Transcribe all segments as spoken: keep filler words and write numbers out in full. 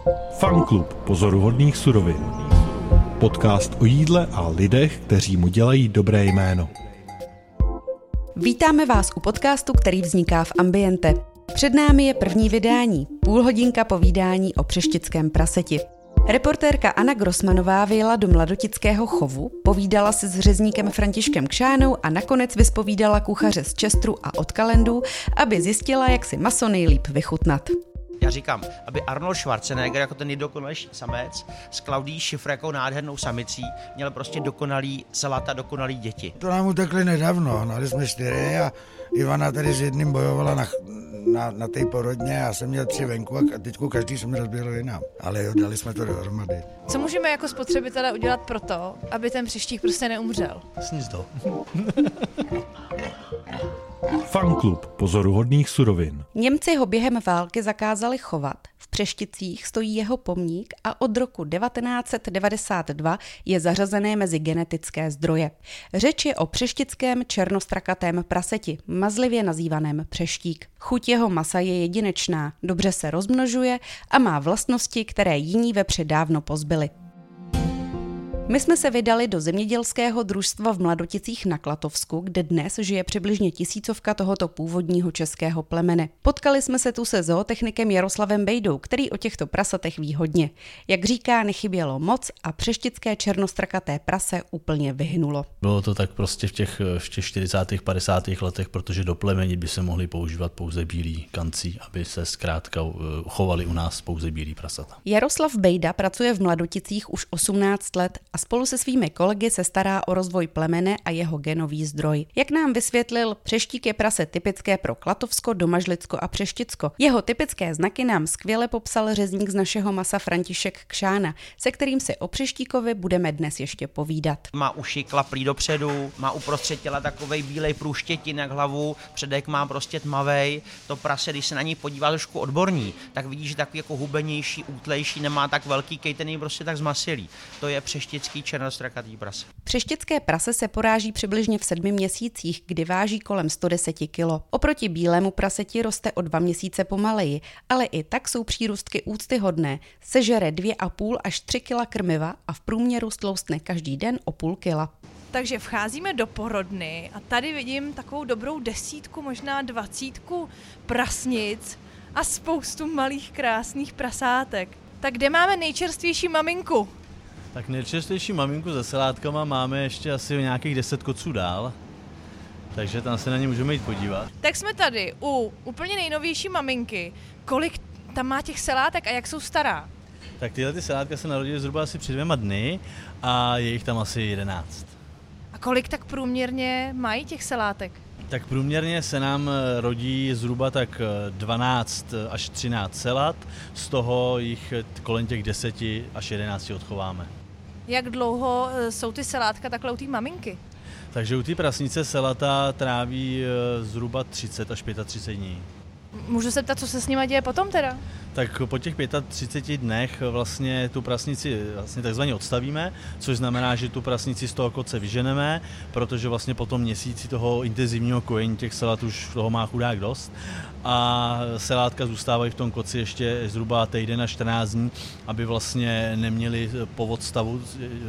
Fanklub pozoruhodných surovin. Podcast o jídle a lidech, kteří mu dělají dobré jméno. Vítáme vás u podcastu, který vzniká v Ambiente. Před námi je první vydání, půl hodinka povídání o přeštickém praseti. Reportérka Anna Grossmanová vyjela do mladotického chovu, povídala si s řezníkem Františkem Kšánou a nakonec vyspovídala kuchaře z Chesteru a od Kalendů, aby zjistila, jak si maso nejlíp vychutnat. Já říkám, aby Arnold Schwarzenegger jako ten nejdokonalejší samec s Claudií Schiffer jako nádhernou samicí měl prostě dokonalý salát a dokonalý děti. To nám utekli nedávno, hnali jsme čtyři a Ivana tady s jedním bojovala na, na, na té porodně, já jsem měl tři venku a teďku každý jsem rozběhl jinam. Ale jo, dali jsme to dohromady. Co můžeme jako spotřebitelé udělat pro to, aby ten příštík prostě neumřel? Sníz to. Fanklub pozoruhodných surovin. Němci ho během války zakázali chovat. V Přešticích stojí jeho pomník a od roku devatenáct set devadesát dva je zařazené mezi genetické zdroje. Řeč je o přeštickém černostrakatém praseti, mazlivě nazývaném přeštík. Chuť jeho masa je jedinečná, dobře se rozmnožuje a má vlastnosti, které jiní vepři dávno pozbyli. My jsme se vydali do zemědělského družstva v Mladoticích na Klatovsku, kde dnes žije přibližně tisícovka tohoto původního českého plemene. Potkali jsme se tu se zootechnikem Jaroslavem Bejdou, který o těchto prasatech ví hodně. Jak říká, nechybělo moc a přeštické černostrakaté prase úplně vyhnulo. Bylo to tak prostě v těch, v těch čtyřicátých padesátých letech, protože do plemeni by se mohli používat pouze bílí kancí, aby se zkrátka chovali u nás pouze bílí prasata. Jaroslav Bejda pracuje v Mladoticích už osmnáct let a spolu se svými kolegy se stará o rozvoj plemene a jeho genový zdroj. Jak nám vysvětlil, přeštík je prase typické pro Klatovsko, Domažlicko a Přešticko. Jeho typické znaky nám skvěle popsal řezník z našeho masa František Kšána, se kterým si o přeštíkovi budeme dnes ještě povídat. Má uši klaplý dopředu, má uprostřed těla takovej bílej průštětin jak hlavu, předek má prostě tmavej. To prase, když se na něj podívá trošku odborní, tak vidí, že takový jako hubenější, útlejší, nemá tak velký kejtený, prostě tak zmasilý. To je přeštický černostrakatý prase. Přeštické prase se poráží přibližně v sedmi měsících, kdy váží kolem sto deset kilo. Oproti bílému praseti roste o dva měsíce pomaleji, ale i tak jsou přírůstky úctyhodné. Sežere dvě a půl až tři kila krmiva a v průměru stloustne každý den o půl kila. Takže vcházíme do porodny a tady vidím takovou dobrou desítku, možná dvacítku prasnic a spoustu malých krásných prasátek. Tak kde máme nejčerstvější maminku? Tak nejčerstvější maminku se salátkama máme ještě asi nějakých deset koců dál, takže tam se na ně můžeme jít podívat. Tak jsme tady u úplně nejnovější maminky. Kolik tam má těch salátek a jak jsou stará? Tak tyhle ty salátka se narodily zhruba asi před dvěma dny a je jich tam asi jedenáct. A kolik tak průměrně mají těch salátek? Tak průměrně se nám rodí zhruba tak dvanáct až třináct salát, z toho jich kolem těch deseti až jedenácti odchováme. Jak dlouho jsou ty salátka takhle u té maminky? Takže u té prasnice salata tráví zhruba třicet až třicet pět dní. Můžu se ptat, co se s nima děje potom teda? Tak po těch třiceti pěti dnech vlastně tu prasnici vlastně takzvaně odstavíme, což znamená, že tu prasnici z toho koce vyženeme, protože vlastně po tom měsíci toho intenzivního kojení těch salat už toho má chudák dost a salátka zůstávají v tom koci ještě zhruba týden až čtrnáct dní, aby vlastně neměli po odstavu,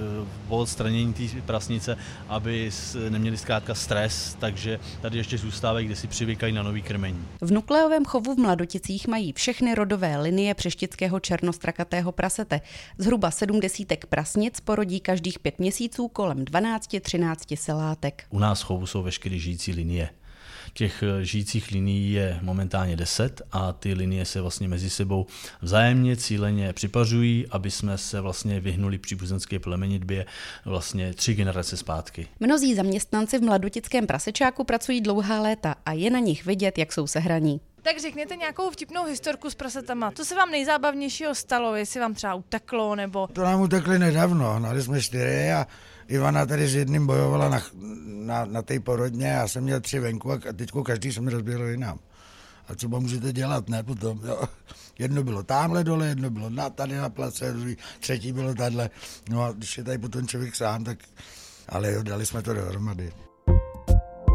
po odstranění té prasnice, aby neměli zkrátka stres, takže tady ještě zůstávají, kde si přivykají na nový krmení. V nukleovém chovu v Mladoticích mají všechny rodové linie přeštického černostrakatého prasete. Zhruba sedm desítek prasnic porodí každých pět měsíců kolem dvanáct až třináct salátek. U nás chovu jsou veškeré žijící linie. Těch žijících linií je momentálně deset a ty linie se vlastně mezi sebou vzájemně cíleně připařují, aby jsme se vlastně vyhnuli příbuzenské plemenitbě vlastně tři generace zpátky. Mnozí zaměstnanci v mladotickém prasečáku pracují dlouhá léta a je na nich vidět, jak jsou sehraní. Tak řekněte nějakou vtipnou historku s prasetama. Co se vám nejzábavnějšího stalo, jestli vám třeba uteklo, nebo... To nám utekli nedávno, hnali jsme čtyři a Ivana tady s jedním bojovala na, na, na té porodně, já jsem měl tři venku a teďku každý jsem rozběhl jinam. A co můžete dělat, ne, potom, jo. Jedno bylo tamhle dole, jedno bylo na, tady na place, druhý, třetí bylo tadyhle. No a když je tady potom člověk sám, tak... Ale jo, dali jsme to dohromady.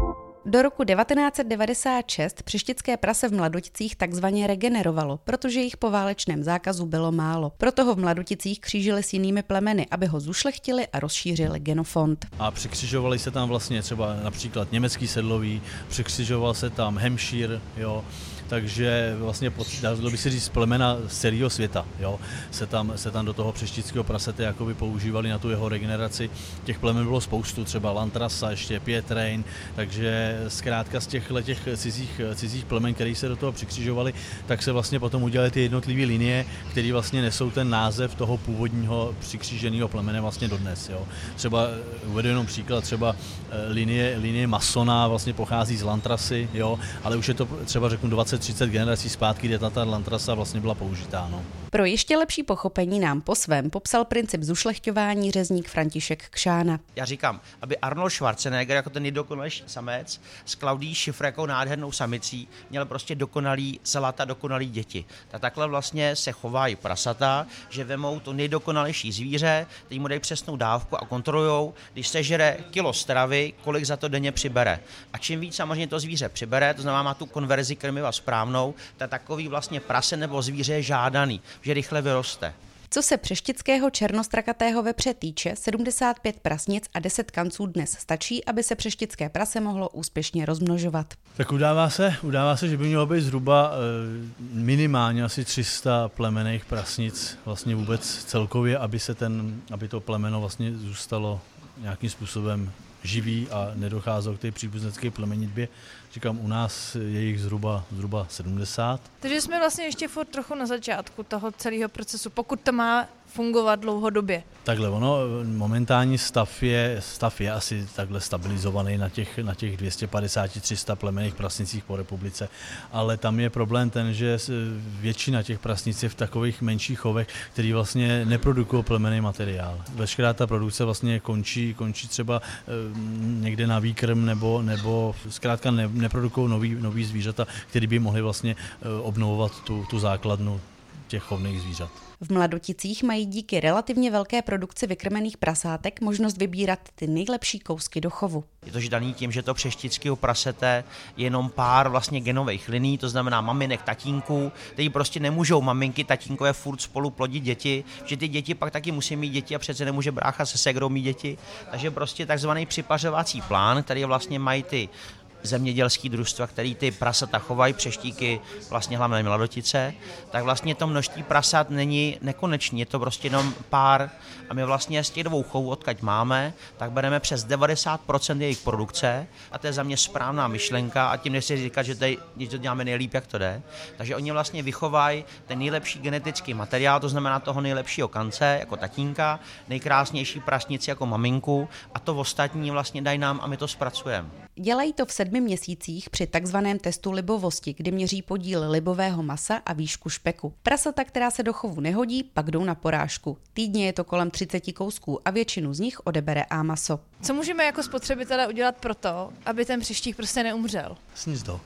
Do roku devatenáct set devadesát šest přeštické prase v Mladoticích takzvaně regenerovalo, protože jich po válečném zákazu bylo málo. Proto ho v Mladoticích křížili s jinými plemeny, aby ho zušlechtili a rozšířili genofond. A překřižovali se tam vlastně třeba například německý sedlový, překřižoval se tam Hampshire, jo, takže vlastně dalo by se říct plemena z celého světa, jo, se tam, se tam do toho přeštického prasete jakoby používali na tu jeho regeneraci. Těch plemen bylo spoustu, třeba Lantrasa, ještě Pietrain, takže zkrátka z těchto těch cizích, cizích plemen, které se do toho přikřižovaly, tak se vlastně potom udělaly ty jednotlivé linie, které vlastně nesou ten název toho původního přikříženého plemene vlastně dodnes, jo. Třeba uvedu jenom příklad, třeba linie, linie Masona vlastně pochází z Lantrasy, jo, ale už je to třeba řeknu dvacet třicet generací zpátky, kde ta Lantrasa vlastně byla použitá. No. Pro ještě lepší pochopení nám po svém popsal princip zušlechťování řezník František Kšána. Já říkám, aby Arnold Schwarzenegger jako ten nejdokonalejší samec s Claudií Schiffer jako nádhernou samicí měl prostě dokonalý zlata, dokonalý děti. Tak takhle vlastně se chovají prasata, že vemou to nejdokonalejší zvíře, teď mu dají přesnou dávku a kontrolujou, když sežere kilo stravy, kolik za to denně přibere. A čím víc samozřejmě to zvíře přibere, to znamená má tu konverzi krmiva správnou, tak takový vlastně prase nebo zvíře je žádaný, že rychle vyroste. Co se přeštického černostrakatého vepře týče, sedmdesát pět prasnic a deset kanců dnes stačí, aby se přeštické prase mohlo úspěšně rozmnožovat. Tak udává se, udává se, že by mělo být zhruba minimálně asi tři sta plemenných prasnic vlastně vůbec celkově, aby se ten, aby to plemeno vlastně zůstalo nějakým způsobem živý a nedocházelo k té příbuzenské plemenitbě. Říkám, u nás je jich zhruba, zhruba sedmdesát. Takže jsme vlastně ještě furt trochu na začátku toho celého procesu, pokud to má fungovat dlouhodobě. Takhle, ono, momentální stav je, stav je asi takhle stabilizovaný na těch, na těch dvě stě padesát až tři sta plemenných prasnicích po republice, ale tam je problém ten, že většina těch prasnic je v takových menších chovech, který vlastně neprodukují plemenný materiál. Veškerá ta produkce vlastně končí, končí třeba e, někde na výkrm nebo, nebo zkrátka ne, neprodukují nový, nový zvířata, který by mohli vlastně e, obnovovat tu, tu základnu těch chovných zvířat. V Mladoticích mají díky relativně velké produkci vykrmených prasátek možnost vybírat ty nejlepší kousky do chovu. Je to daný tím, že to přeštického prasete je jenom pár vlastně genových liní, to znamená maminek, tatínků, kteří prostě nemůžou maminky, tatínkové furt spolu plodit děti, že ty děti pak taky musí mít děti a přece nemůže brácha se segrou mít děti. Takže prostě takzvaný připařovací plán, který vlastně mají ty zemědělský družstva, který ty prasata chovají, přeštíky, vlastně hlavně Mladotice, tak vlastně to množství prasat není nekonečný, je to prostě jenom pár a my vlastně z těch dvou chovů, odkud máme, tak bereme přes devadesát procent jejich produkce a to je za mě správná myšlenka a tím nechci říkat, že tady, když to děláme nejlíp, jak to jde. Takže oni vlastně vychovají ten nejlepší genetický materiál, to znamená toho nejlepšího kance jako tatínka, nejkrásnější prasnici jako maminku a to ostatní vlastně dají nám a my to zpracujeme. Dělají to v sedmi měsících při takzvaném testu libovosti, kdy měří podíl libového masa a výšku špeku. Prasata, která se do chovu nehodí, pak jdou na porážku. Týdně je to kolem třicet kousků a většinu z nich odebere Amaso. Co můžeme jako spotřebitelé udělat pro to, aby ten přeštík prostě neumřel? Sníz to.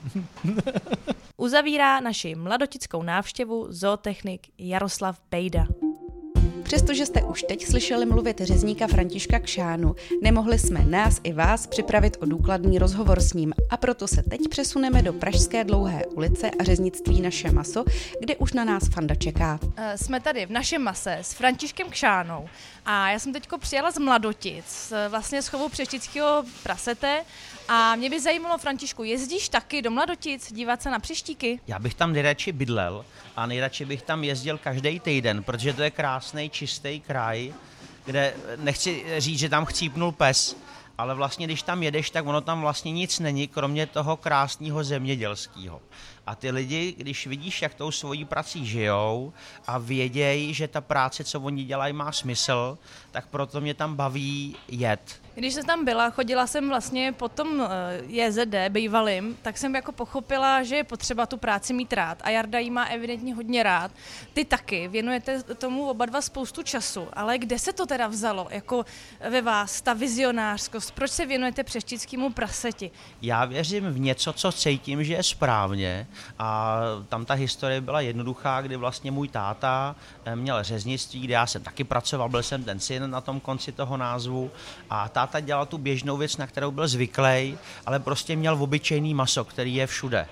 Uzavírá naši mladotickou návštěvu zootechnik Jaroslav Bejda. Přestože jste už teď slyšeli mluvit řezníka Františka Kšánu, nemohli jsme nás i vás připravit o důkladný rozhovor s ním a proto se teď přesuneme do Pražské Dlouhé ulice a řeznictví Naše maso, kde už na nás Fanda čeká. Jsme tady v Našem mase s Františkem Kšánou a já jsem teďko přijela z Mladotic, vlastně z chovu přeštického prasete a mě by zajímalo, Františku, jezdíš taky do Mladotic dívat se na přeštíky? Já bych tam nejradši bydlel a nejradši bych tam jezdil každý týden, protože to je krásný, čistý kraj, kde nechci říct, že tam chcípnul pes, ale vlastně když tam jedeš, tak ono tam vlastně nic není, kromě toho krásného zemědělského. A ty lidi, když vidíš, jak tou svojí prací žijou a vědějí, že ta práce, co oni dělají, má smysl, tak proto mě tam baví jet. Když jsem tam byla, chodila jsem vlastně po tom J Z D bývalým, tak jsem jako pochopila, že je potřeba tu práci mít rád a Jarda jí má evidentně hodně rád. Ty taky, věnujete tomu oba dva spoustu času, ale kde se to teda vzalo, jako ve vás, ta vizionářskost, proč se věnujete přeštickému praseti? Já věřím v něco, co cítím, že je správně A tam ta historie byla jednoduchá, kdy vlastně můj táta měl řeznictví, kde já jsem taky pracoval, byl jsem ten syn na tom konci toho názvu a táta dělal tu běžnou věc, na kterou byl zvyklý, ale prostě měl obyčejný maso, který je všude.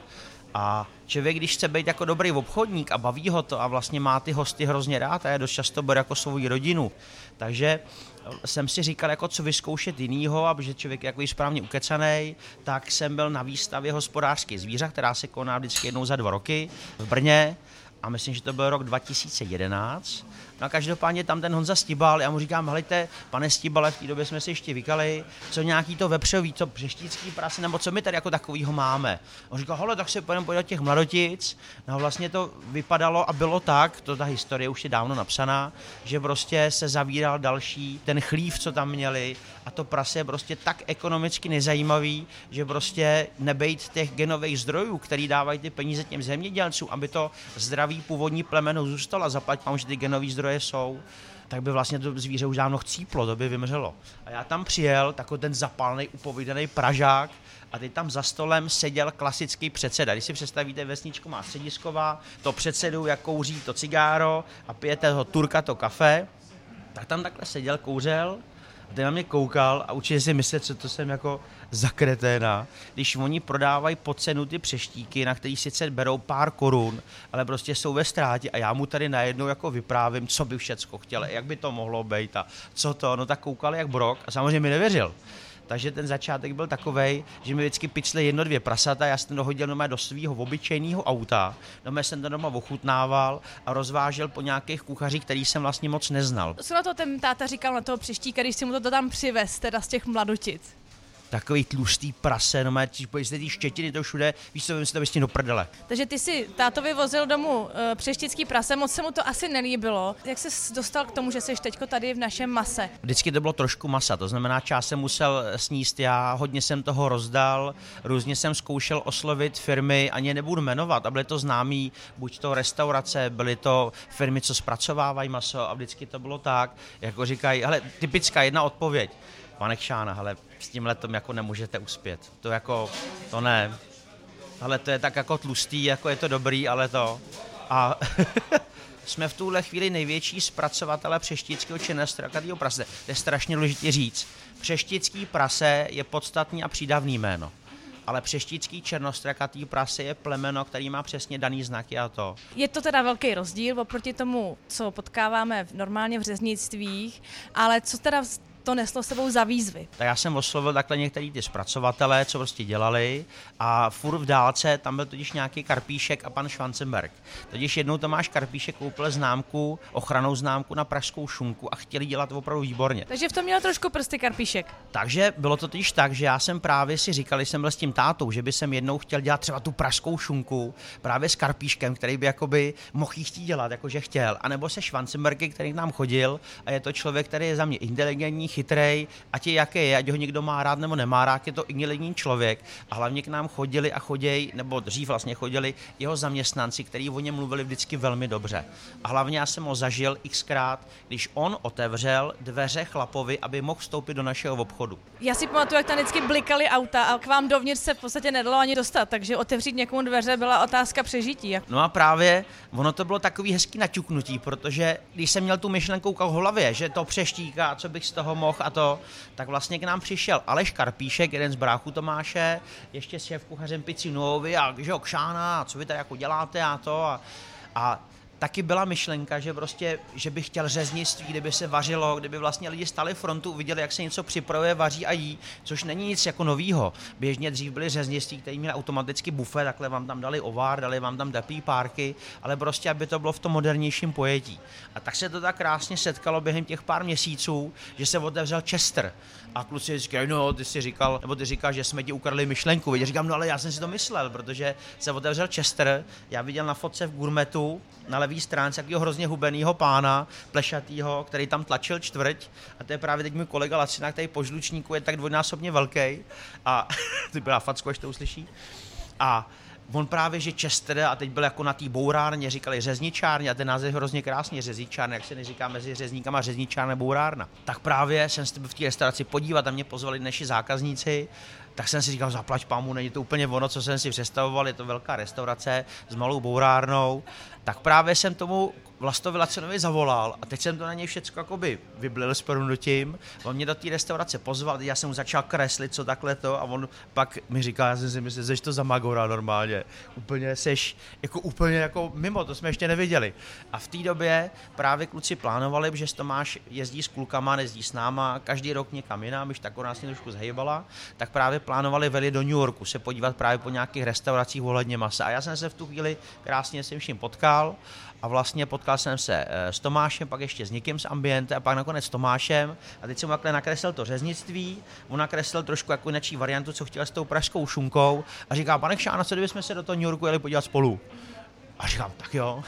A člověk, když chce být jako dobrý obchodník a baví ho to a vlastně má ty hosty hrozně rád a je dost často bere jako svou rodinu, takže jsem si říkal, jako co vyzkoušet jinýho, a protože člověk je jako správně ukecanej, tak jsem byl na výstavě hospodářských zvířat, která se koná vždycky jednou za dva roky v Brně a myslím, že to byl rok dva tisíce jedenáct. No a každopádně tam ten Honza Stibal, já mu říkám, helejte, pane Stibale, v té době jsme si ještě vykali, co nějaký to vepřový, co břeštický prase, nebo co my tady jako takovýho máme. On říkal, hele, tak se půjdeme podívat těch mladotic. No vlastně to vypadalo a bylo tak, to ta historie už je dávno napsaná, že prostě se zavíral další ten chlív, co tam měli, a to prase je prostě tak ekonomicky nezajímavý, že prostě nebejt těch genových zdrojů, který dávají ty peníze těm zemědělcům, aby to zdravý původní plemeno zůstalo a zaplať mám, že ty genové zdroje jsou, tak by vlastně to zvíře už dávno chcíplo, to by vymřelo. A já tam přijel, takový ten zapálnej, upovídaný Pražák, a teď tam za stolem seděl klasický předseda. Když si představíte, vesničku má středisková, to předsedu, jak kouří to cigáro a pijete ho turka to kafe, tak tam takhle seděl, kouřel, a ten na mě koukal a určitě si myslel, co to jsem jako za kreténa, když oni prodávají pod cenu ty přeštíky, na který sice berou pár korun, ale prostě jsou ve ztrátě a já mu tady najednou jako vyprávím, co by všecko chtěl, jak by to mohlo být a co to, no tak koukal jak brok a samozřejmě mi nevěřil. Takže ten začátek byl takovej, že mi vždycky pičli jedno, dvě prasata, já jsem to dohodil doma do svého obyčejného auta, doma jsem to doma ochutnával a rozvážel po nějakých kuchařích, který jsem vlastně moc neznal. Co na to ten táta říkal na toho přeštíka, když si mu to tam přivez, teda z těch mladotic? Takový tlustý prase, no má ty štětiny to všude, víš co, vím si to vlastně do prdele. Takže ty si tátovi vozil domů e, přeštický prase, moc se mu to asi nelíbilo. Jak jsi dostal k tomu, že jsi teďko tady v našem mase? Vždycky to bylo trošku masa, to znamená, část jsem musel sníst já, hodně jsem toho rozdal, různě jsem zkoušel oslovit firmy, ani je nebudu jmenovat, a byly to známí, buď to restaurace, byly to firmy, co zpracovávají maso, a vždycky to bylo tak, jako říkají, hele, typická jedna odpověď. Pane Kšána, hele, s tímhle tom jako nemůžete uspět. To jako, to ne. Ale to je tak jako tlustý, jako je to dobrý, ale to. A jsme v tuhle chvíli největší zpracovatele přeštického černostrokatého prase. To je strašně důležité říct. Přeštický prase je podstatný a přídavný jméno. Ale přeštický černostrokatý prase je plemeno, který má přesně daný znaky a to. Je to teda velký rozdíl oproti tomu, co potkáváme normálně v řeznictvích, ale co teda to neslo sebou za výzvy? Tak já jsem oslovil takhle některý ty zpracovatele, co prostě dělali, a furt v dálce tam byl totiž nějaký Karpíšek a pan Schwanzenberg. Totiž jednou Tomáš Karpíšek koupil známku, ochrannou známku na pražskou šunku a chtěli dělat opravdu výborně. Takže v tom měl trošku prsty Karpíšek. Takže bylo to totiž tak, že já jsem právě si říkal, když jsem byl s tím tátou, že by jsem jednou chtěl dělat třeba tu pražskou šunku právě s Karpíškem, který by jakoby mohl jí chtít dělat, jakože chtěl, anebo se Schwanzenbergy, který k nám chodil, a je to člověk, který je za mě inteligentní, chytrej, ať je jaký je, ať ho někdo má rád nebo nemá rád, je to inteligentní člověk, a hlavně k nám chodili a choděj, nebo dřív vlastně chodili jeho zaměstnanci, kteří o něm mluvili vždycky velmi dobře. A hlavně já jsem ho zažil xkrát, když on otevřel dveře chlapovi, aby mohl vstoupit do našeho obchodu. Já si pamatuju, jak tam vždycky blikaly auta a k vám dovnitř se v podstatě nedalo ani dostat, takže otevřít někomu dveře byla otázka přežití. No a právě ono to bylo takový hezký naťuknutí, protože když jsem měl tu myšlenku v hlavě, že to přeštíká, co bych z toho mohl a to, tak vlastně k nám přišel Aleš Karpíšek, jeden z bráchů Tomáše, ještě s šéfkuchařem Pici Novovi a že jo, Kšána, co vy tady jako děláte a to a, a taky byla myšlenka, že prostě, že bych chtěl řeznictví, kdyby se vařilo, kdyby vlastně lidi stali frontu, viděli, jak se něco připravuje, vaří a jí, což není nic jako novýho. Běžně dřív byly řeznictví, které měly automaticky bufet, takhle vám tam dali ovár, dali vám tam teplý párky, ale prostě, aby to bylo v tom modernějším pojetí. A tak se to tak krásně setkalo během těch pár měsíců, že se otevřel Chester. A kluci říkají, no, ty si říkal, nebo ty říkal, že jsme ti ukradli myšlenku. Já říkám, no ale já jsem si to myslel, protože se otevřel Chester, já viděl na fotce v Gourmetu, na levý stránce takového hrozně hubenýho pána, plešatýho, který tam tlačil čtvrť, a to je právě teď můj kolega Lacina, který po žlučníku je tak dvojnásobně velký, a ty byla facku, až to uslyší. A on právě, že Chester, a teď byl jako na té bourárně, říkali řezničárně, a ten název je hrozně krásně, řezničárně, jak se neříká mezi řezníkama řezničárna bourárna. Tak právě jsem se v té restauraci podívat a mě pozvali naši zákazníci, tak jsem si říkal, zaplať pámu, není to úplně ono, co jsem si představoval, je to velká restaurace s malou bourárnou. Tak právě jsem tomu Vlastovi Lacenovi zavolal a teď jsem to na něj všecko jakoby vyblil s prunutím. On mě do té restaurace pozval, já jsem mu začal kreslit, co takhle to, a on pak mi říkal, já jsem si myslel, že to za magora normálně. Úplně seš jako úplně jako mimo, to jsme ještě neviděli. A v té době právě kluci plánovali, že Tomáš jezdí s klukama, nejezdí s náma, každý rok někam jinam, když tak nás trošku zhejbala, tak právě plánovali veli do New Yorku se podívat právě po nějakých restauracích ohledně masa. A já jsem se v tu chvíli krásně se vším potkal. A vlastně potkal jsem se s Tomášem, pak ještě s někým z Ambiente a pak nakonec s Tomášem. A teď jsem mu takhle nakreslil to řeznictví, on nakreslil trošku jako jinou variantu, co chtěl s tou pražskou šunkou. A říká, pane Kšáno, co kdybychom se do toho New Yorku jeli podívat spolu? A říkám, tak jo.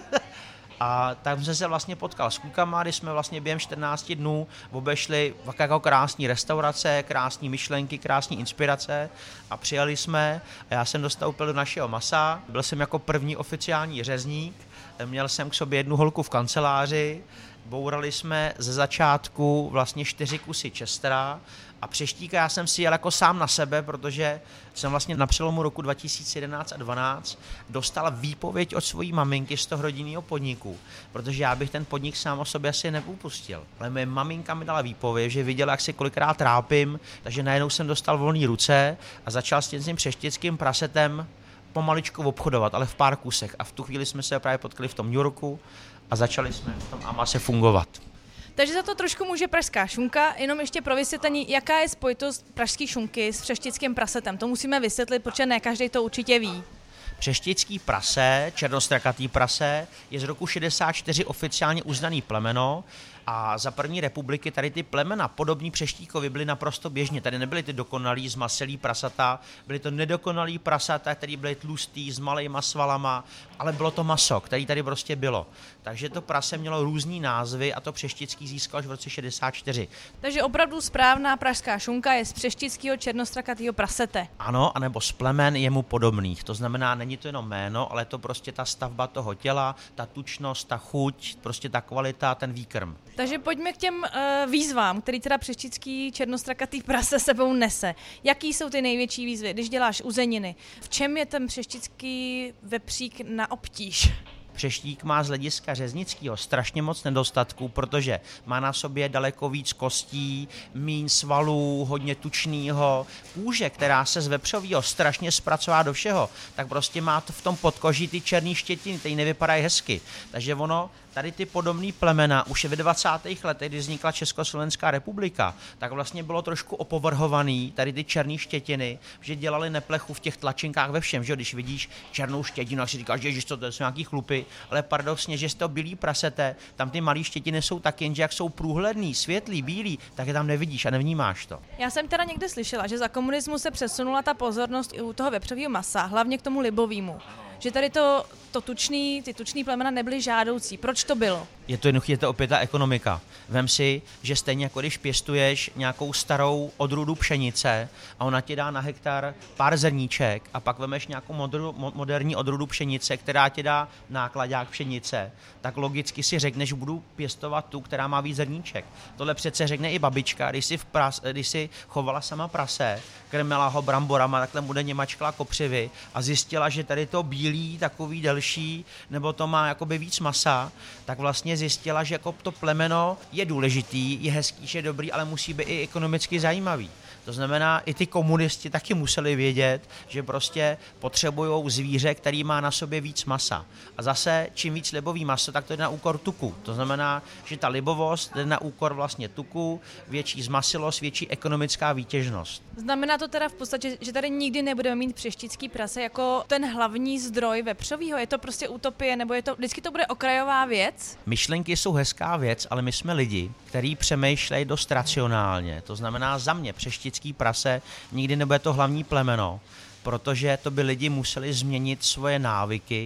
A tak jsem se vlastně potkal s klukama, když jsme vlastně během čtrnácti dnů obešli jako krásný restaurace, krásné myšlenky, krásné inspirace a přijeli jsme a já jsem dostoupil do našeho masa. Byl jsem jako první oficiální řezník, měl jsem k sobě jednu holku v kanceláři, bourali jsme ze začátku vlastně čtyři kusy Chestera a přeštíka já jsem si jel jako sám na sebe, protože jsem vlastně na přelomu roku dva tisíce jedenáct a dvanáct dostal výpověď od svojí maminky z toho rodinného podniku, protože já bych ten podnik sám o sobě asi neupustil. Ale moje maminka mi dala výpověď, že viděla, jak si kolikrát trápím, takže najednou jsem dostal volné ruce a začal s tím přeštickým prasetem pomaličku obchodovat, ale v pár kusech. A v tu chvíli jsme se právě potkali v tom New Yorku a začali jsme v tom Amase fungovat. Takže za to trošku může pražská šunka, jenom ještě pro vysvětlení, jaká je spojitost pražské šunky s přeštickým prasetem. To musíme vysvětlit, protože ne každý to určitě ví. Přeštický prase, černostrakatý prase, je z roku šedesát čtyři oficiálně uznaný plemeno a za první republiky tady ty plemena podobní Přeštíkovi byly naprosto běžně. Tady nebyly ty dokonalý zmaselý prasata, byly to nedokonalý prasata, které byly tlustý s malejma svalama, ale bylo to maso, který tady prostě bylo. Takže to prase mělo různý názvy a to Přeštický získal až v roce šedesát čtyři. Takže opravdu správná pražská šunka je z přeštického černostrakatého prasete. Ano, anebo z plemen jemu podobných. To znamená, není to jenom jméno, ale to prostě ta stavba toho těla, ta tučnost, ta chuť, prostě ta kvalita, ten výkrm. Takže pojďme k těm uh, výzvám, který teda přeštický černostrakatý prase sebou nese. Jaký jsou ty největší výzvy, když děláš uzeniny? V čem je ten přeštický vepřík na obtíž? Přeštík má z hlediska řeznického strašně moc nedostatků, protože má na sobě daleko víc kostí, míň svalů, hodně tučného, kůže, která se z vepřového strašně zpracová do všeho, tak prostě má to v tom podkoží ty černý štětiny, které nevypadají hezky. Takže ono, tady ty podobné plemena, už ve dvacátých letech, kdy vznikla Československá republika, tak vlastně bylo trošku opovrhovaný tady ty černé štětiny, že dělali neplechu v těch tlačinkách ve všem, že když vidíš černou štětinu, tak si říkáš, že to, to jsou nějaký chlupy, ale paradoxně, že z toho bílý prasete, tam ty malé štětiny jsou taky, jenže jak jsou průhledný, světlý, bílý, tak je tam nevidíš a nevnímáš to. Já jsem teda někde slyšela, že za komunismu se přesunula ta pozornost i u toho vepřového masa, hlavně k tomu libovému. Že tady to, to tučný, ty tučný plemena nebyly žádoucí. Proč to bylo? Je to jednoduché, je to opět ta ekonomika. Vem si, že stejně jako když pěstuješ nějakou starou odrůdu pšenice a ona ti dá na hektar pár zrníček a pak vemeš nějakou modru, moderní odrůdu pšenice, která ti dá nákladák pšenice, tak logicky si řekneš, budu pěstovat tu, která má víc zrníček. Tohle přece řekne i babička, když si, v pras, když si chovala sama prase, krmila ho bramborama, takhle bude němačkla kopřivy a zjistila, že tady to bílý, takový delší, nebo to má jakoby víc masa, tak vlastně zjistila, že jako to plemeno je důležitý, je hezký, že je dobrý, ale musí být i ekonomicky zajímavý. To znamená, i ty komunisti taky museli vědět, že prostě potřebují zvíře, který má na sobě víc masa. A zase, čím víc libový maso, tak to jde na úkor tuku. To znamená, že ta libovost jde na úkor vlastně tuku, větší zmasilost, větší ekonomická výtěžnost. Znamená to teda v podstatě, že tady nikdy nebudeme mít přeštický prase jako ten hlavní zdroj vepřovýho? Je to prostě utopie, nebo je to, vždycky to bude okrajová věc? Myšlenky jsou hezká věc, ale my jsme lidi, kteří přemýšlejí dost racionálně. To znamená, za mě přeštický prase nikdy nebude to hlavní plemeno, protože to by lidi museli změnit svoje návyky,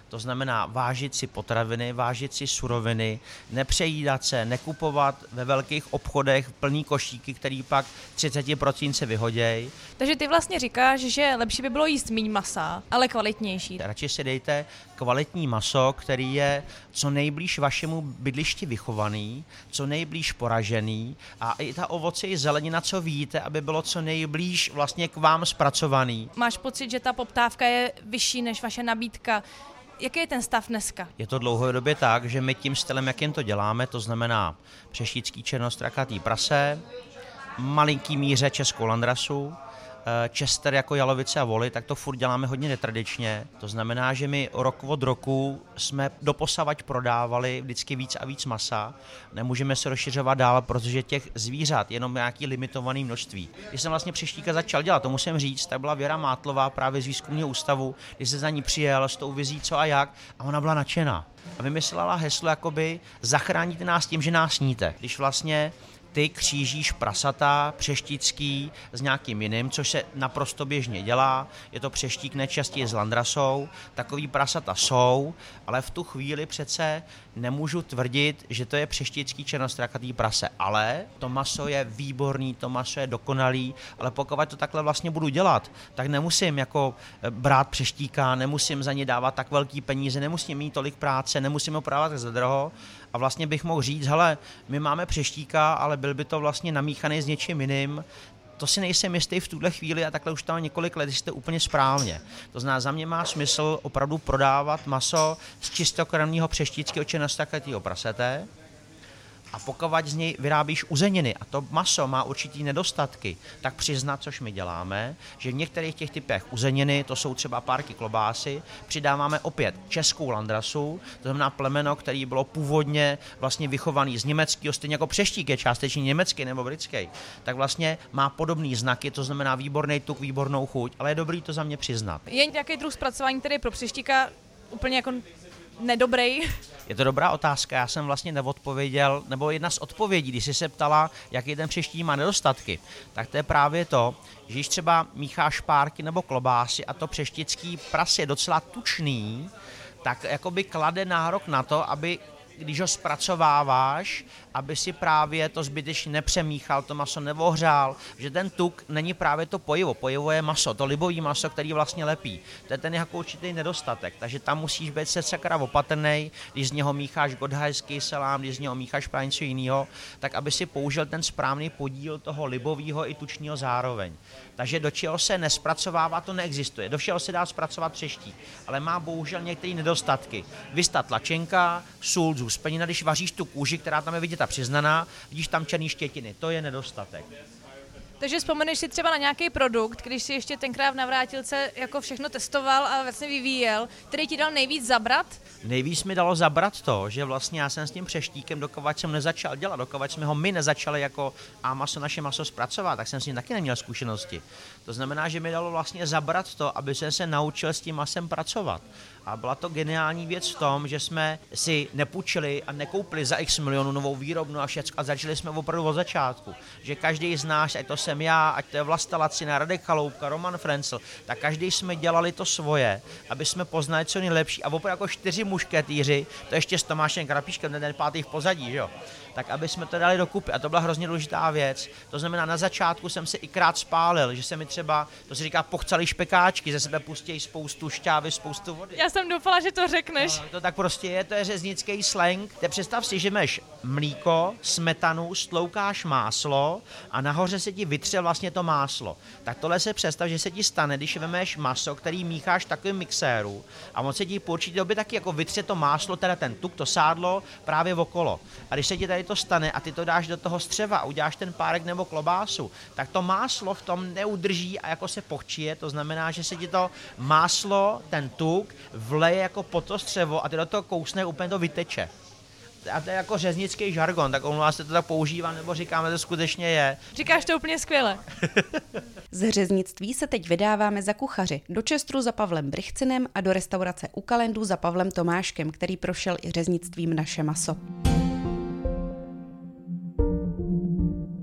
To znamená vážit si potraviny, vážit si suroviny, nepřejídat se, nekupovat ve velkých obchodech plný košíky, který pak třicet procent se vyhoděj. Takže ty vlastně říkáš, že lepší by bylo jíst méně masa, ale kvalitnější. Radši si dejte kvalitní maso, který je co nejblíž vašemu bydlišti vychovaný, co nejblíž poražený a i ta ovoce i zelenina, co vidíte, aby bylo co nejblíž vlastně k vám zpracovaný. Máš pocit, že ta poptávka je vyšší než vaše nabídka? Jaký je ten stav dneska? Je to dlouhodobě tak, že my tím stylem, jakým to děláme, to znamená přeštický černostrakatý prase, malinký míře českou landrasu, Chester jako jalovice a voly, tak to furt děláme hodně netradičně. To znamená, že my rok od roku jsme doposavať prodávali vždycky víc a víc masa. Nemůžeme se rozšiřovat dál, protože těch zvířat jenom nějaký limitovaný množství. Když jsem vlastně Přeštíka začal dělat, to musím říct, tak byla Věra Mátlová právě z výzkumného ústavu, když se za ní přijel s tou vizí co a jak a ona byla nadšená. A vymyslela heslo jakoby zachráníte nás tím, že nás sníte. Když vlastně ty křížíš prasata přeštický s nějakým jiným, což se naprosto běžně dělá, je to přeštík nejčastěji s landrasou, takový prasata jsou, ale v tu chvíli přece nemůžu tvrdit, že to je přeštický černostrakatý prase, ale to maso je výborný, to maso je dokonalý, ale pokud to takhle vlastně budu dělat, tak nemusím jako brát přeštíka, nemusím za ně dávat tak velký peníze, nemusím mít tolik práce, nemusím ho prodávat za draho a vlastně bych mohl říct, hele, my máme přeštíka, ale byl by to vlastně namíchaný s něčím jiným. To si nejsem jistý v tuhle chvíli a takhle už tam několik let jste úplně správně. To znamená, za mě má smysl opravdu prodávat maso z čistokrevného přeštíckého černostrakatého prasete a pokud z něj vyrábíš uzeniny a to maso má určitý nedostatky, tak přiznat, což my děláme, že v některých těch typech uzeniny, to jsou třeba párky klobásy, přidáváme opět českou landrasu, to znamená plemeno, který bylo původně vlastně vychovaný z německého, stejně jako přeštík je částečně německý nebo britský, tak vlastně má podobné znaky, to znamená výborný tuk, výbornou chuť, ale je dobrý to za mě přiznat. Je nějaký druh zpracování, který je pro přeštíka úplně jako nedobrý? Je to dobrá otázka, já jsem vlastně neodpověděl, nebo jedna z odpovědí, když jsi se ptala, jaký ten přeští má nedostatky, tak to je právě to, že když třeba mícháš párky nebo klobásy a to přeštický pras je docela tučný, tak jakoby klade nárok na to, aby když ho zpracováváš, aby si právě to zbytečně nepřemíchal, to maso neohřál, že ten tuk není právě to pojivo, pojivo je maso, to libový maso, který vlastně lepí. To je ten jako určitý nedostatek, takže tam musíš být se sakra opatrnej, když z něho mícháš godhajský salám, když z něho mícháš právě něco jiného, tak aby si použil ten správný podíl toho libového i tučního zároveň. Takže do čeho se nespracovává, to neexistuje. Do všeho se dá zpracovat přeštík, ale má bohužel některé nedostatky. Vystá tlačenka, sůl, zůspenina, když vaříš tu kůži, která tam je vidět a přiznaná, vidíš tam černý štětiny, to je nedostatek. Takže vzpomeneš si třeba na nějaký produkt, když si ještě tenkrát v navrátilce jako všechno testoval a vlastně vyvíjel, který ti dal nejvíc zabrat? Nejvíc mi dalo zabrat to, že vlastně já jsem s tím přeštíkem, dokud jsem nezačal dělat, dokud jsme ho my nezačali jako a maso naše maso zpracovat, tak jsem s ním taky neměl zkušenosti. To znamená, že mi dalo vlastně zabrat to, aby jsem se naučil s tím masem pracovat. A byla to geniální věc v tom, že jsme si nepůjčili a nekoupili za x milionů novou výrobnu a všecko a začali jsme opravdu od začátku. Že každý z nás, ať to jsem já, ať to je Vlasta Lacina, Radek Chaloupka, Roman Frencel, tak každý jsme dělali to svoje, aby jsme poznali co nejlepší a opravdu jako čtyři mušketýři, to ještě s Tomášem Krapíškem, ten pátý v pozadí, že jo? Tak aby jsme to dali dokupy a to byla hrozně důležitá věc. To znamená, na začátku jsem se i krát spálil, že se mi třeba, to se říká, pochcali špekáčky, ze sebe pustí spoustu šťávy, spoustu vody. Já jsem doufala, že to řekneš. No, to tak prostě je, to je řeznický slang. Te představ si, že máš mlíko, smetanu, stloukáš máslo a nahoře se ti vytře vlastně to máslo. Tak tohle se představ, že se ti stane, když vemeš maso, který mícháš v takovém mixéru a on se ti po určitě době taky jako vytře to máslo, teda ten tuk, to sádlo právě okolo. A když se ti tady to stane a ty to dáš do toho střeva a uděláš ten párek nebo klobásu, tak to máslo v tom neudrží a jako se pochčije, to znamená, že se ti to máslo, ten tuk, vleje jako po to střevo a ty do toho kousne, úplně to vyteče. A to je jako řeznický žargon, tak on vás to tak používá, nebo říkáme, to skutečně je. Říkáš to úplně skvěle. Z řeznictví se teď vydáváme za kuchaři, do Chesteru za Pavlem Brychcinem a do restaurace U Kalendu za Pavlem Tomáškem, který prošel i řeznictvím Naše maso.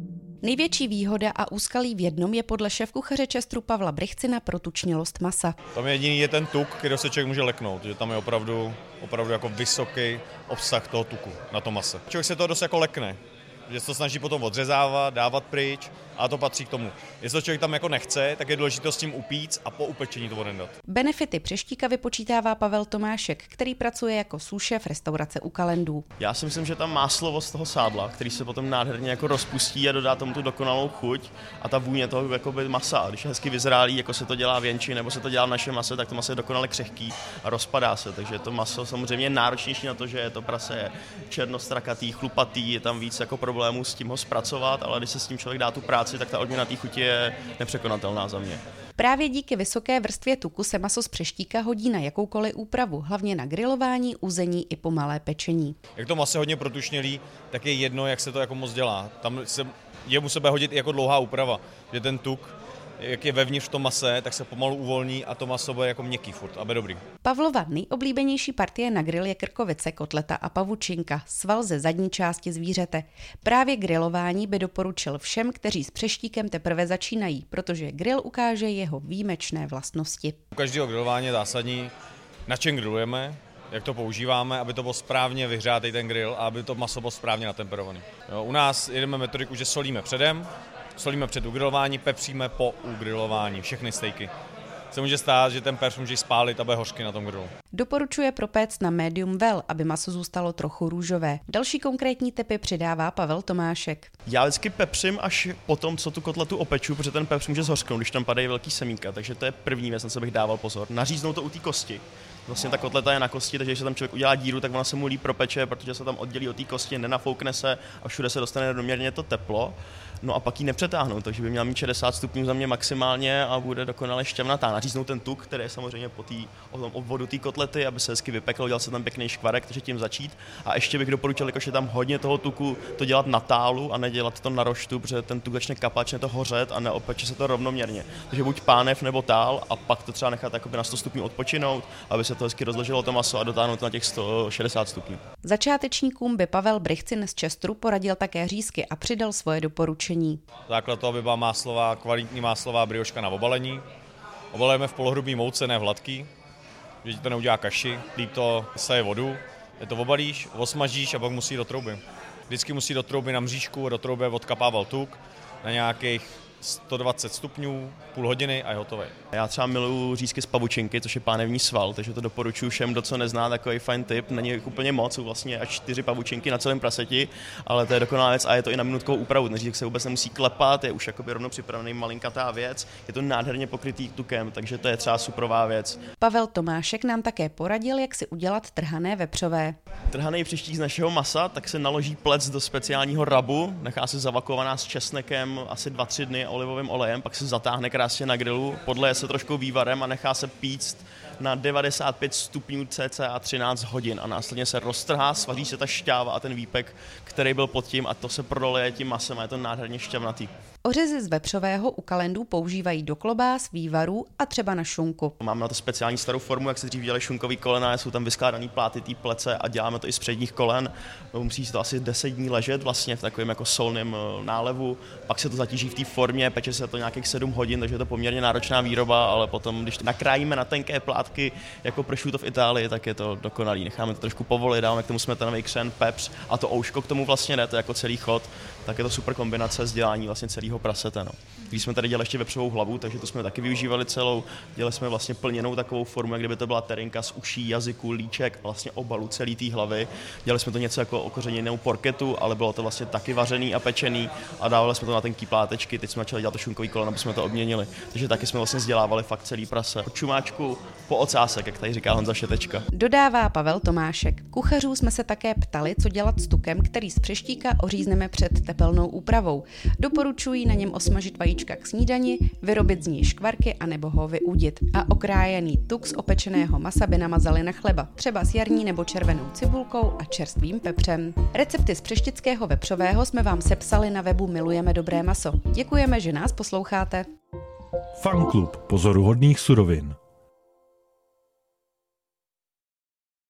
Největší výhoda a úskalí v jednom je podle šéfkuchaře Chesteru Pavla Brychcina protučnělost masa. Tam jediný je ten tuk, který se člověk může leknout, že tam je opravdu, opravdu jako vysoký obsah toho tuku na tom mase. Člověk se to dost jako lekne, že se to snaží potom odřezávat, dávat pryč a to patří k tomu. Jestli to člověk tam jako nechce, tak je důležité s tím upít a po upečení to oddat. Benefity přeštíka vypočítává Pavel Tomášek, který pracuje jako sous-šéf restaurace U Kalendů. Já si myslím, že ta máslovost toho sádla, který se potom nádherně jako rozpustí a dodá tomu tu dokonalou chuť a ta vůně toho jakoby masa, když je hezky vyzrálý, jako se to dělá v jenči nebo se to dělá v našem mase, tak to maso je dokonale křehký a rozpadá se, takže to maso samozřejmě je náročnější na to, že je to prase je černostrakatý, chlupatý, je tam víc jako problémů s tím ho zpracovat, ale když se s tím člověk dá tu práci, tak ta odměna té chuti je nepřekonatelná za mě. Právě díky vysoké vrstvě tuku se maso z přeštíka hodí na jakoukoliv úpravu, hlavně na grilování, uzení i pomalé pečení. Jak to maso hodně protučnělý, tak je jedno, jak se to jako moc dělá. Tam se je mu sebe hodit i jako dlouhá úprava, že ten tuk, jak je vevnitř v tom mase, tak se pomalu uvolní a to maso bude jako měkký furt, aby dobrý. Pavlova nejoblíbenější partie na grill je krkovice, kotleta a pavučinka, sval ze zadní části zvířete. Právě grilování by doporučil všem, kteří s přeštíkem teprve začínají, protože grill ukáže jeho výjimečné vlastnosti. U každého grilování je zásadní, na čem grillujeme, jak to používáme, aby to bylo správně vyhřátej ten grill a aby to maso bylo správně natemperované. U nás jedeme metodiku, že solíme předem, solíme před ugrilování, pepříme po ugrilování, všechny stejky. Se může stát, že ten pepř může spálit a bude hořky na tom grilu. Doporučuje propéct na medium well, aby maso zůstalo trochu růžové. Další konkrétní tipy přidává Pavel Tomášek. Já vždycky pepřím až po tom, co tu kotletu opeču, protože ten pepř může zhořknout, když tam padají velký semínka, takže to je první věc, na co bych dával pozor. Naříznout to u té kosti. Vlastně ta kotleta je na kosti, takže když se tam člověk udělá díru, tak ona se mu líp propeče, protože se tam oddělí od té kosti, nenafoukne se a všude se dostane doměrně to teplo. No a pak ji nepřetáhnout, takže by měla mít šedesát stupňů za mě maximálně a bude dokonale šťavnatá. Naříznout ten tuk, který je samozřejmě po tý, o tom obvodu té kotlety, aby se hezky vypekl, udělal se tam pěkný škvarek, takže tím začít. A ještě bych doporučil, jakože tam hodně toho tuku, to dělat na tálu a nedělat to na roštu, protože ten tuk začne kapat, začne to hořet a neopeče se to rovnoměrně. Takže buď pánev nebo tál a pak to třeba nechat na sto stupňů odpočinout, aby se to hezky rozložilo to maso a dotáhnout na těch sto šedesát stupňů. Začátečníkům by Pavel Brychcin z Chesteru poradil také řízky a přidal svoje doporučení. Základ toho by byla máslová, kvalitní máslová brioška na obalení. Obalujeme v polohrubý mouce, ne v hladký, že ti to neudělá kaši, líp to seje vodu, je to obalíš, osmažíš a pak musí do trouby. Vždycky musí do trouby na mřížku a do trouby odkapával tuk na nějakých sto dvacet stupňů, půl hodiny a je hotový. Já třeba miluju řízky z pavučinky, což je pánevní sval, takže to doporučuji všem, kdo co nezná, takový fajn tip. Není jich úplně moc, jsou vlastně až čtyři pavučinky na celém praseti, ale to je dokonalá věc a je to i na minutkovou úpravu. Ten řízek se vůbec nemusí klepat, je už jakoby rovno připravený malinkatá věc, je to nádherně pokrytý tukem, takže to je třeba superová věc. Pavel Tomášek nám také poradil, jak si udělat trhané vepřové. Trhaný přeštík z našeho masa, tak se naloží plec do speciálního rabu, nechá se zavakovaná s česnekem asi dva tři dny olivovým olejem, pak se zatáhne krásně na grilu, podleje se trošku vývarem a nechá se píct na devadesát pět stupňů cca třináct hodin a následně se roztrhá, svaří se ta šťáva a ten výpek, který byl pod tím a to se proleje tím masem a je to nádherně šťavnatý. Ořezy z vepřového U Kalendů používají do klobás, vývarů a třeba na šunku. Máme na to speciální starou formu, jak se dřív dělali šunkový kolena, jsou tam vyskládaný pláty té plece a děláme to i z předních kolen. Musí se to asi deset dní ležet vlastně v takovém jako solném nálevu, pak se to zatíží v té formě, peče se to nějakých sedm hodin, takže je to poměrně náročná výroba, ale potom, když nakrájíme na tenké plátky jako prosciutto v Itálii, tak je to dokonalý. Necháme to trošku povolit, dáme k tomu smetановý křen, pepř a to ouško k tomu vlastně jde, to je jako celý chod, tak je to super kombinace s dělání vlastně celého prasete. No. Když jsme tady dělali ještě vepřovou hlavu, takže to jsme taky využívali celou. Dělali jsme vlastně plněnou takovou formu, jak kdyby to byla terinka z uší, jazyku, líček, vlastně obalu celé té hlavy. Dělali jsme to něco jako okořeněnou porketu, ale bylo to vlastně taky vařený a pečený a dávali jsme to na tenký plátečky. Teď jsme začali dělat to šunkový koleno, aby jsme to obměnili. Takže taky jsme vlastně vzdělávali fakt celý prase. Od čumáčku po ocásek, jak tady říká Honza Šetečka. Dodává Pavel Tomášek. Kuchařů jsme se také ptali, co dělat s tukem, který z přeštíka ořízneme před tepelnou úpravou. Doporučují na něm osmažit vajíčka k snídani, vyrobit z ní škvarky a nebo ho vyudit. A okrájený tuk z opečeného masa by namazali na chleba, třeba s jarní nebo červenou cibulkou a čerstvým pepřem. Recepty z přeštického vepřového jsme vám sepsali na webu Milujeme dobré maso. Děkujeme, že nás posloucháte. Fanklub pozoruhodných surovin.